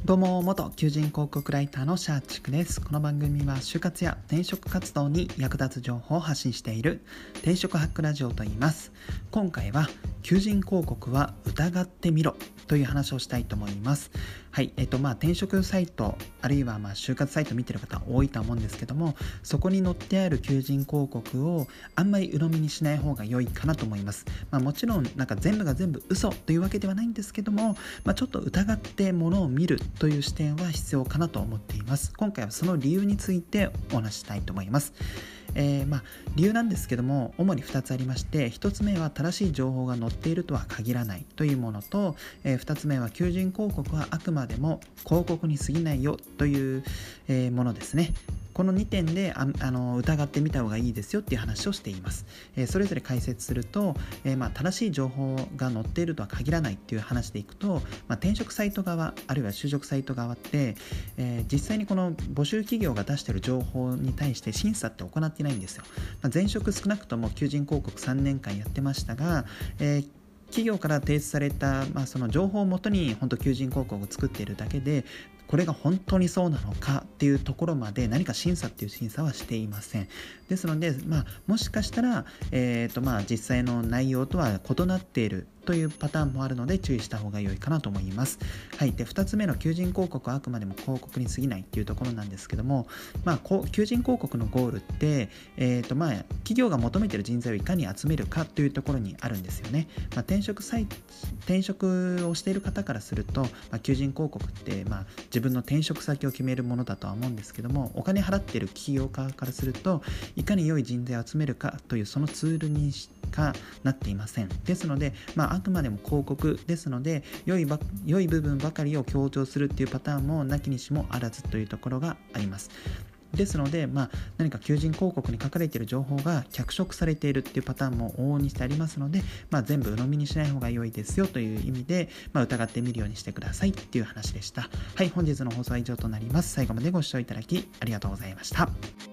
どうも、元求人広告ライターのシャーチクです。この番組は就活や転職活動に役立つ情報を発信している転職ハックラジオと言います。今回は求人広告は疑ってみろという話をしたいと思います。はい、転職サイトあるいは就活サイト見てる方多いと思うんですけども、そこに載ってある求人広告をあんまり鵜呑みにしない方が良いかなと思います。もちろん全部が全部嘘というわけではないんですけども、ちょっと疑ってものを見るという視点は必要かなと思っています。今回はその理由についてお話ししたいと思います。理由なんですけども、主に2つありまして、1つ目は正しい情報が載っているとは限らないというものと、2つ目は求人広告はあくまでも広告に過ぎないよという、ものですね。この2点で疑ってみた方がいいですよっていう話をしています。それぞれ解説すると、正しい情報が載っているとは限らないっていう話でいくと、転職サイト側あるいは就職サイト側って、実際にこの募集企業が出している情報に対して審査って行っていないんですよ。前職少なくとも求人広告3年間やってましたが、企業から提出された、その情報をもとに本当求人広告を作っているだけで、これが本当にそうなのかっていうところまで何か審査っていう審査はしていません。ですので、もしかしたら、実際の内容とは異なっているというパターンもあるので注意した方が良いかなと思います。はい。で、2つ目の求人広告はあくまでも広告に過ぎないっていうところなんですけども、求人広告のゴールって、企業が求めている人材をいかに集めるかというところにあるんですよね。転職をしている方からすると、求人広告って、自分の転職先を決めるものだとは思うんですけども、お金払っている企業家からすると、いかに良い人材を集めるかというそのツールにしかなっていません。ですので、あくまでも広告ですので、良い部分ばかりを強調するっていうパターンもなきにしもあらずというところがあります。ですので、何か求人広告に書かれている情報が脚色されているっていうパターンも往々にしてありますので、全部鵜呑みにしない方が良いですよという意味で、疑ってみるようにしてくださいっていう話でした。はい、本日の放送は以上となります。最後までご視聴いただきありがとうございました。